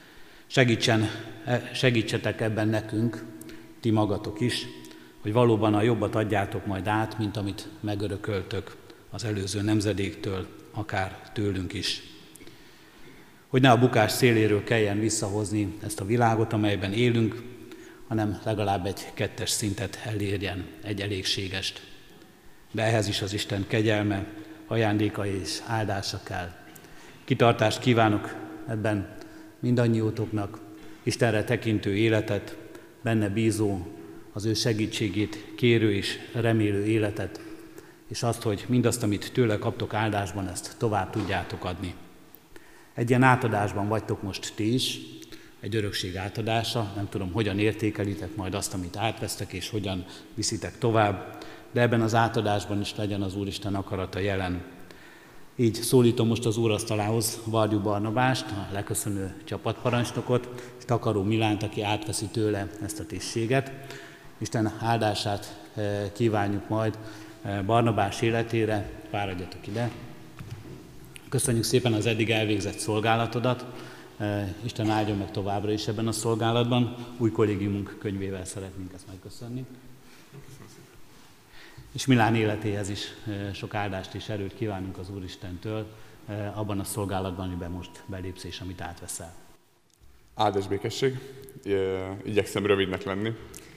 Segítsetek ebben nekünk, ti magatok is, hogy valóban a jobbat adjátok majd át, mint amit megörököltök az előző nemzedéktől, akár tőlünk is. Hogy ne a bukás széléről kelljen visszahozni ezt a világot, amelyben élünk, hanem legalább egy 2. szintet elérjen, egy elégségest. De ehhez is az Isten kegyelme, ajándéka és áldása kell. Kitartást kívánok ebben mindannyiótoknak, Istenre tekintő életet, benne bízó, az ő segítségét kérő és remélő életet, és azt, hogy mindazt, amit tőle kaptok áldásban, ezt tovább tudjátok adni. Egy ilyen átadásban vagytok most ti is, egy örökség átadása, nem tudom, hogyan értékelitek majd azt, amit átvesztek, és hogyan viszitek tovább, de ebben az átadásban is legyen az Úristen akarata jelen. Így szólítom most az úrasztalához Varjú Barnabást, a leköszönő csapatparancsnokot, és Takaró Milánt, aki átveszi tőle ezt a tisztséget. Isten áldását kívánjuk majd Barnabás életére, fáradjatok ide. Köszönjük szépen az eddig elvégzett szolgálatodat, Isten áldjon meg továbbra is ebben a szolgálatban. Új kollégiumunk könyvével szeretnénk ezt megköszönni. És Milán életéhez is sok áldást és erőt kívánunk az Úristentől abban a szolgálatban, amiben most belépsz és amit átveszel. Áldás békesség. Igyekszem rövidnek lenni.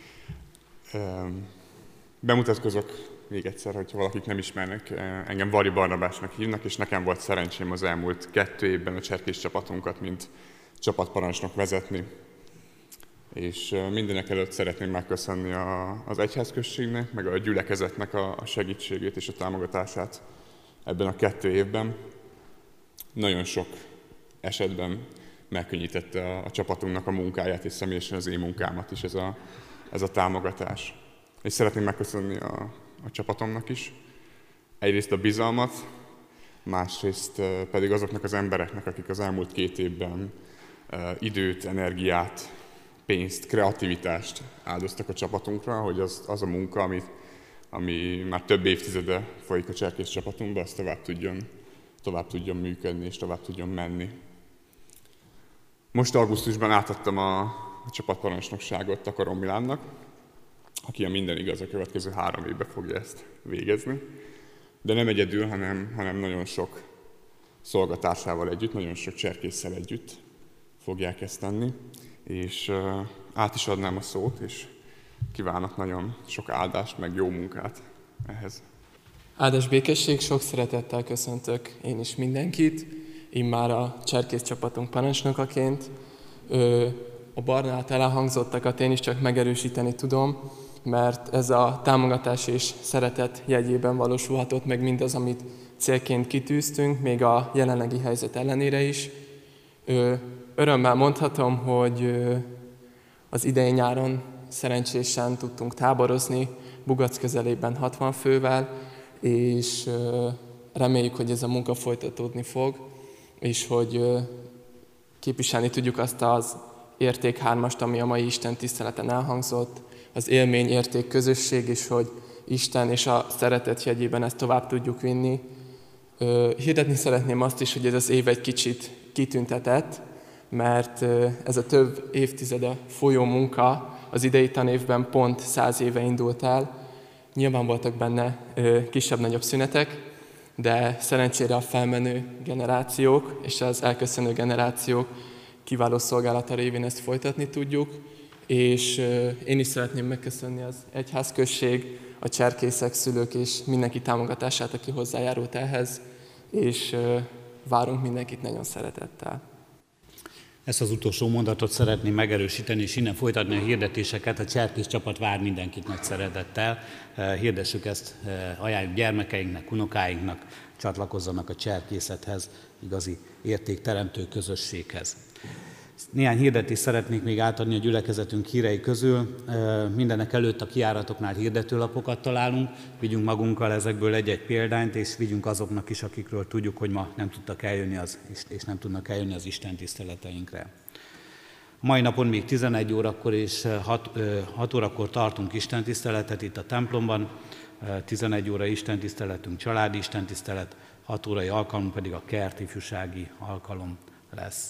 Bemutatkozok még egyszer, hogyha valakik nem ismernek. Engem Varjú Barnabásnak hívnak, és nekem volt szerencsém az elmúlt 2 évben a cserkész csapatunkat, mint csapatparancsnok vezetni. És mindenek előtt szeretném megköszönni az egyházközségnek, meg a gyülekezetnek a segítségét és a támogatását ebben a 2 évben. Nagyon sok esetben megkönnyítette a csapatunknak a munkáját, és személyesen az én munkámat is ez a támogatás. És szeretném megköszönni a csapatomnak is. Egyrészt a bizalmat, másrészt pedig azoknak az embereknek, akik az elmúlt 2 évben időt, energiát, pénzt, kreativitást áldoztak a csapatunkra, hogy az a munka, ami már több évtizede folyik a cserkész csapatunkba, az tovább tudjon működni és tovább tudjon menni. Most augusztusban átadtam a csapatparancsnokságot Takaró Milánnak, aki a minden igaz a következő 3 évben fogja ezt végezni. De nem egyedül, hanem nagyon sok szolgatársával együtt, nagyon sok cserkésszel együtt fogják ezt tenni. És át is adnám a szót, és kívánok nagyon sok áldást, meg jó munkát ehhez. Áldás békesség, sok szeretettel köszöntök én is mindenkit, immár a cserkész csapatunk parancsnokaként. A Barnát elhangzottakat én is csak megerősíteni tudom, mert ez a támogatás és szeretet jegyében valósulhatott meg mindaz, amit célként kitűztünk, még a jelenlegi helyzet ellenére is. Örömmel mondhatom, hogy az idei nyáron szerencsésen tudtunk táborozni Bugac közelében 60 fővel, és reméljük, hogy ez a munka folytatódni fog, és hogy képviselni tudjuk azt az értékhármast, ami a mai Isten tiszteleten elhangzott, az élmény, érték, közösség, és hogy Isten és a szeretet jegyében ezt tovább tudjuk vinni. Hirdetni szeretném azt is, hogy ez az év egy kicsit kitüntetett, mert ez a több évtizede folyó munka az idei tanévben pont 100 éve indult el. Nyilván voltak benne kisebb-nagyobb szünetek, de szerencsére a felmenő generációk és az elköszönő generációk kiváló szolgálata révén ezt folytatni tudjuk, és én is szeretném megköszönni az egyházközség, a cserkészek, szülők és mindenki támogatását, aki hozzájárult ehhez, és várunk mindenkit nagyon szeretettel. Ezt az utolsó mondatot szeretném megerősíteni, és innen folytatni a hirdetéseket. A cserkész csapat vár mindenkit nagy szeretettel. Hirdessük ezt, ajánljuk gyermekeinknek, unokáinknak, csatlakozzanak a cserkészethez, igazi értékteremtő közösséghez. Néhány hirdetést szeretnék még átadni a gyülekezetünk hírei közül. Mindenek előtt a kijáratoknál hirdetőlapokat találunk, vigyünk magunkkal ezekből egy-egy példányt, és vigyünk azoknak is, akikről tudjuk, hogy ma nem tudtak eljönni és nem tudnak eljönni az Isten tiszteleteinkre. A mai napon még 11 órakor és 6 órakor tartunk istentiszteletet itt a templomban, 11 óra istentiszteletünk, családi istentisztelet, 6 órai alkalmunk pedig a kert ifjúsági alkalom lesz.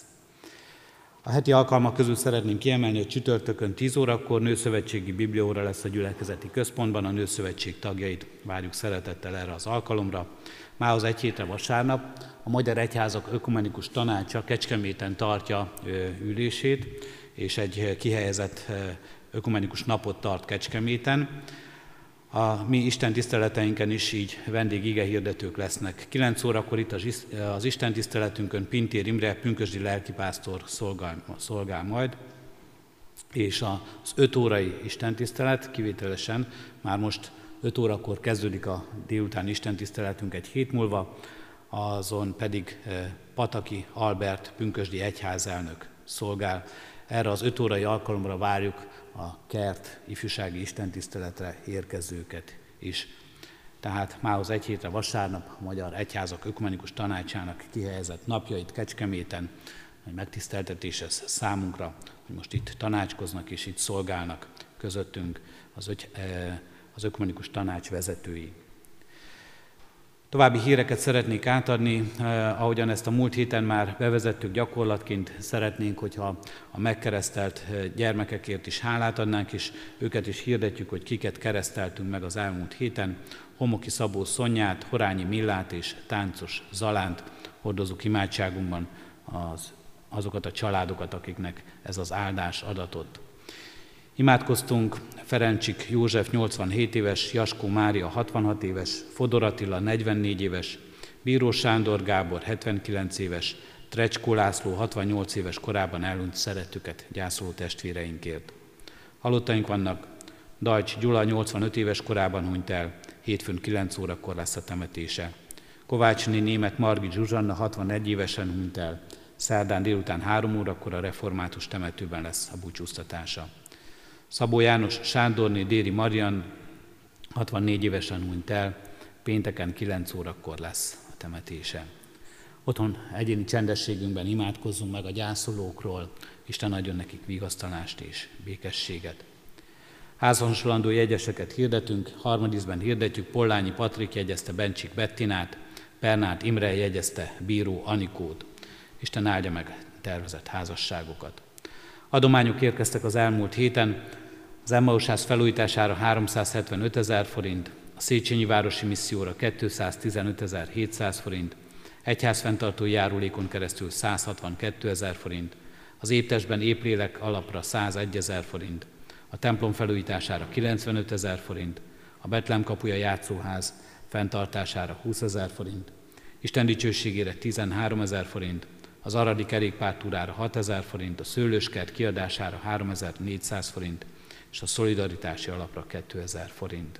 A heti alkalmak közül szeretném kiemelni, hogy csütörtökön 10 órakor nőszövetségi bibliaóra lesz a gyülekezeti központban, a nőszövetség tagjait várjuk szeretettel erre az alkalomra. Mához egy hétre vasárnap a Magyar Egyházak Ökumenikus Tanácsa Kecskeméten tartja ülését, és egy kihelyezett ökumenikus napot tart Kecskeméten. A mi istentiszteleteinken is így vendég-igehirdetők lesznek. 9 órakor itt az istentiszteletünkön Pintér Imre pünkösdi lelkipásztor szolgál majd, és az 5 órai istentisztelet kivételesen már most 5 órakor kezdődik a délután istentiszteletünk egy hét múlva, azon pedig Pataki Albert pünkösdi egyházelnök szolgál. Erre az 5 órai alkalomra várjuk a kert ifjúsági istentiszteletre érkezőket is. Tehát mához egy hétre vasárnap a Magyar Egyházak Ökumenikus Tanácsának kihelyezett napjait Kecskeméten, hogy megtiszteltetés ez számunkra, hogy most itt tanácskoznak és itt szolgálnak közöttünk az Ökumenikus Tanács vezetői. További híreket szeretnék átadni, ahogyan ezt a múlt héten már bevezettük gyakorlatként, szeretnénk, hogyha a megkeresztelt gyermekekért is hálát adnánk, és őket is hirdetjük, hogy kiket kereszteltünk meg az elmúlt héten. Homoki Szabó Szonyát, Horányi Millát és Táncos Zalánt hordozunk imádságunkban azokat a családokat, akiknek ez az áldás adatott. Imádkoztunk Ferencsik József 87 éves, Jaskó Mária 66 éves, Fodor Attila 44 éves, Bíró Sándor Gábor 79 éves, Trecskó László 68 éves korában elhunyt szeretüket gyászoló testvéreinkért. Halottaink vannak, Dajcs Gyula 85 éves korában hunyt el, hétfőn 9 órakor lesz a temetése. Kovácsné Németh Margit Zsuzsanna 61 évesen hunyt el, szerdán délután 3 órakor a református temetőben lesz a búcsúztatása. Szabó János Sándorné Déri Marian 64 évesen hunyt el, pénteken 9 órakor lesz a temetése. Otthon egyéni csendességünkben imádkozzunk meg a gyászolókról, Isten adjon nekik vigasztalást és békességet. Házaslandó jegyeseket hirdetünk, harmadízben hirdetjük, Pollányi Patrik jegyezte Bencsik Bettinát, Pernát Imre jegyezte Bíró Anikót. Isten áldja meg tervezett házasságokat. Adományok érkeztek az elmúlt héten, az Emmausház felújítására 375 000 forint, a Széchenyi Városi Misszióra 215 700 forint, egyházfenntartói járulékon keresztül 162 000 forint, az Éptestben Éplélek alapra 101 000 forint, a templom felújítására 95 000 forint, a Betlehem kapuja játszóház fenntartására 20 000 forint, Isten dicsőségére 13 000 forint, az aradi kerékpártúrára 6 000 forint, a szőlőskert kiadására 3400 forint, és a szolidaritási alapra 2000 forint.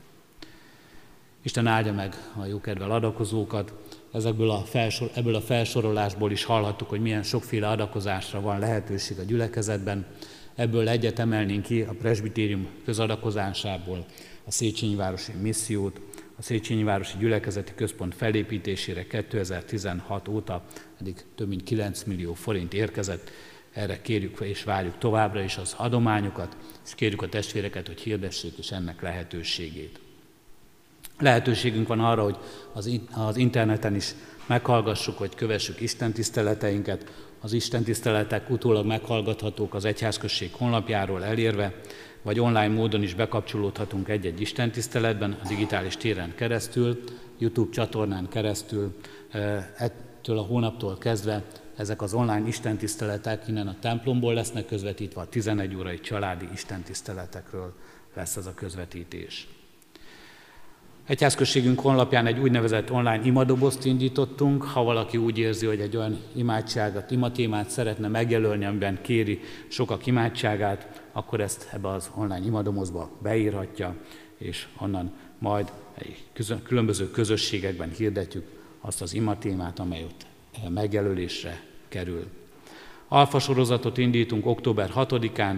Isten áldja meg a jókedvel adakozókat. Ebből a felsorolásból is hallhattuk, hogy milyen sokféle adakozásra van lehetőség a gyülekezetben. Ebből egyet emelnénk ki a presbitérium közadakozásából, a Széchenyi Városi Missziót, a Széchenyi Városi Gyülekezeti Központ felépítésére 2016 óta eddig több mint 9 millió forint érkezett. Erre kérjük és várjuk továbbra is az adományokat, és kérjük a testvéreket, hogy hirdessék is ennek lehetőségét. Lehetőségünk van arra, hogy az interneten is meghallgassuk, vagy kövessük istentiszteleteinket. Az istentiszteletek utólag meghallgathatók az egyházközség honlapjáról elérve, vagy online módon is bekapcsolódhatunk egy-egy istentiszteletben, a digitális téren keresztül, YouTube csatornán keresztül. Ettől a hónaptól kezdve ezek az online istentiszteletek innen a templomból lesznek közvetítve, a 11 órai családi istentiszteletekről lesz ez a közvetítés. Egyházközségünk honlapján egy úgynevezett online imadobozt indítottunk. Ha valaki úgy érzi, hogy egy olyan imádságot, imatémát szeretne megjelölni, amiben kéri sokak imádságát, akkor ezt ebbe az online imadobozba beírhatja, és onnan majd különböző közösségekben hirdetjük azt az imatémát, amely ott megjelölésre kerül. Alfa sorozatot indítunk október 6-án,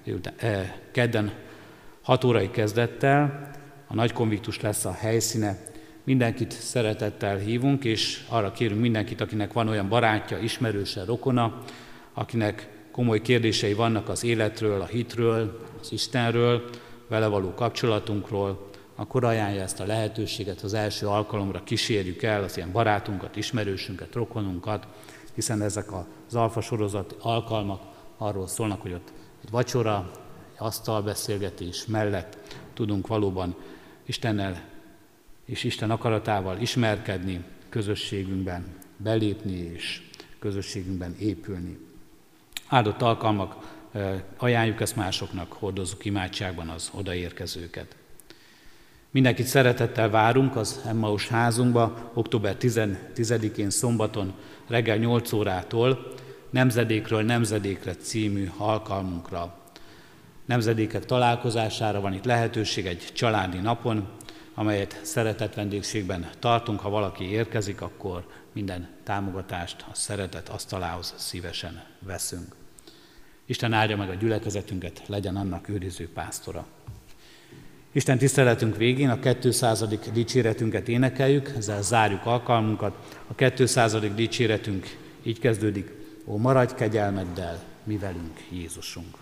kedden 6 órai kezdettel. A nagy konviktus lesz a helyszíne. Mindenkit szeretettel hívunk, és arra kérünk mindenkit, akinek van olyan barátja, ismerőse, rokona, akinek komoly kérdései vannak az életről, a hitről, az Istenről, vele való kapcsolatunkról, akkor ajánlja ezt a lehetőséget, az első alkalomra kísérjük el az ilyen barátunkat, ismerősünket, rokonunkat, hiszen ezek az alfa sorozat alkalmak arról szólnak, hogy ott egy vacsora, egy asztalbeszélgetés mellett tudunk valóban Istennel és Isten akaratával ismerkedni, közösségünkben belépni és közösségünkben épülni. Áldott alkalmak, ajánljuk ezt másoknak, hordozzuk imádságban az odaérkezőket. Mindenkit szeretettel várunk az Emmaus házunkba október 10-én szombaton reggel 8 órától Nemzedékről nemzedékre című alkalmunkra. Nemzedékek találkozására van itt lehetőség egy családi napon, amelyet szeretett vendégségben tartunk. Ha valaki érkezik, akkor minden támogatást a szeretet asztalához szívesen veszünk. Isten áldja meg a gyülekezetünket, legyen annak őriző pásztora. Isten tiszteletünk végén a 200. dicséretünket énekeljük, ezzel zárjuk alkalmunkat. A 200. dicséretünk így kezdődik: Ó, maradj kegyelmeddel, mi velünk Jézusunk.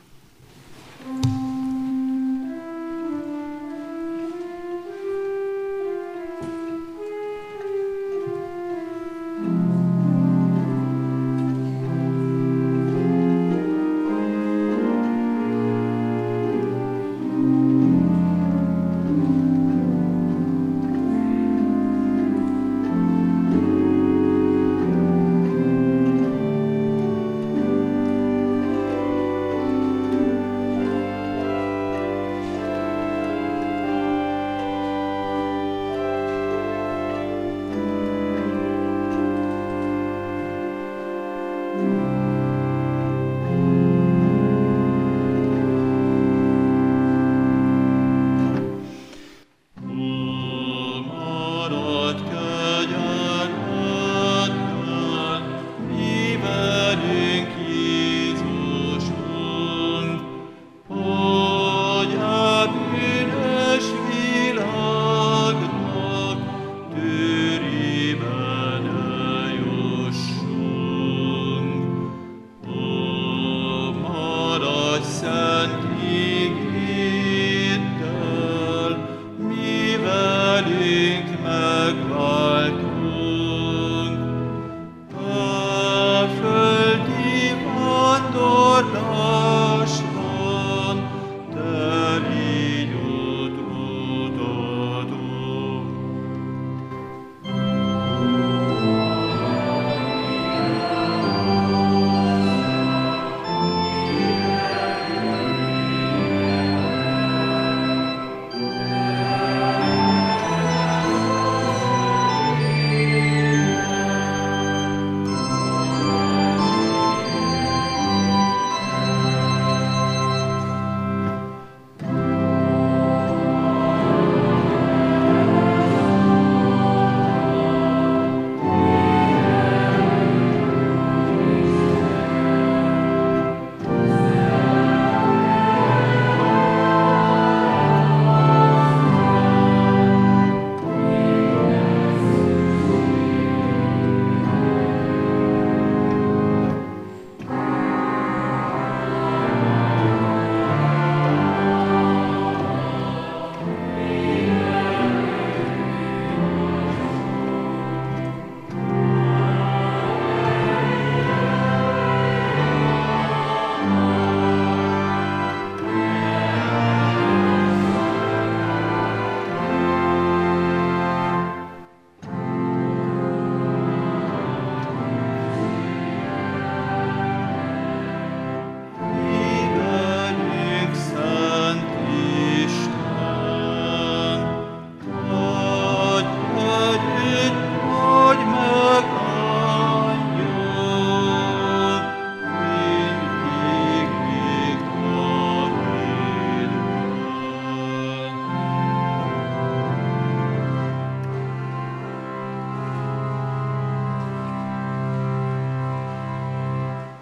Szent igéddel, mi velünk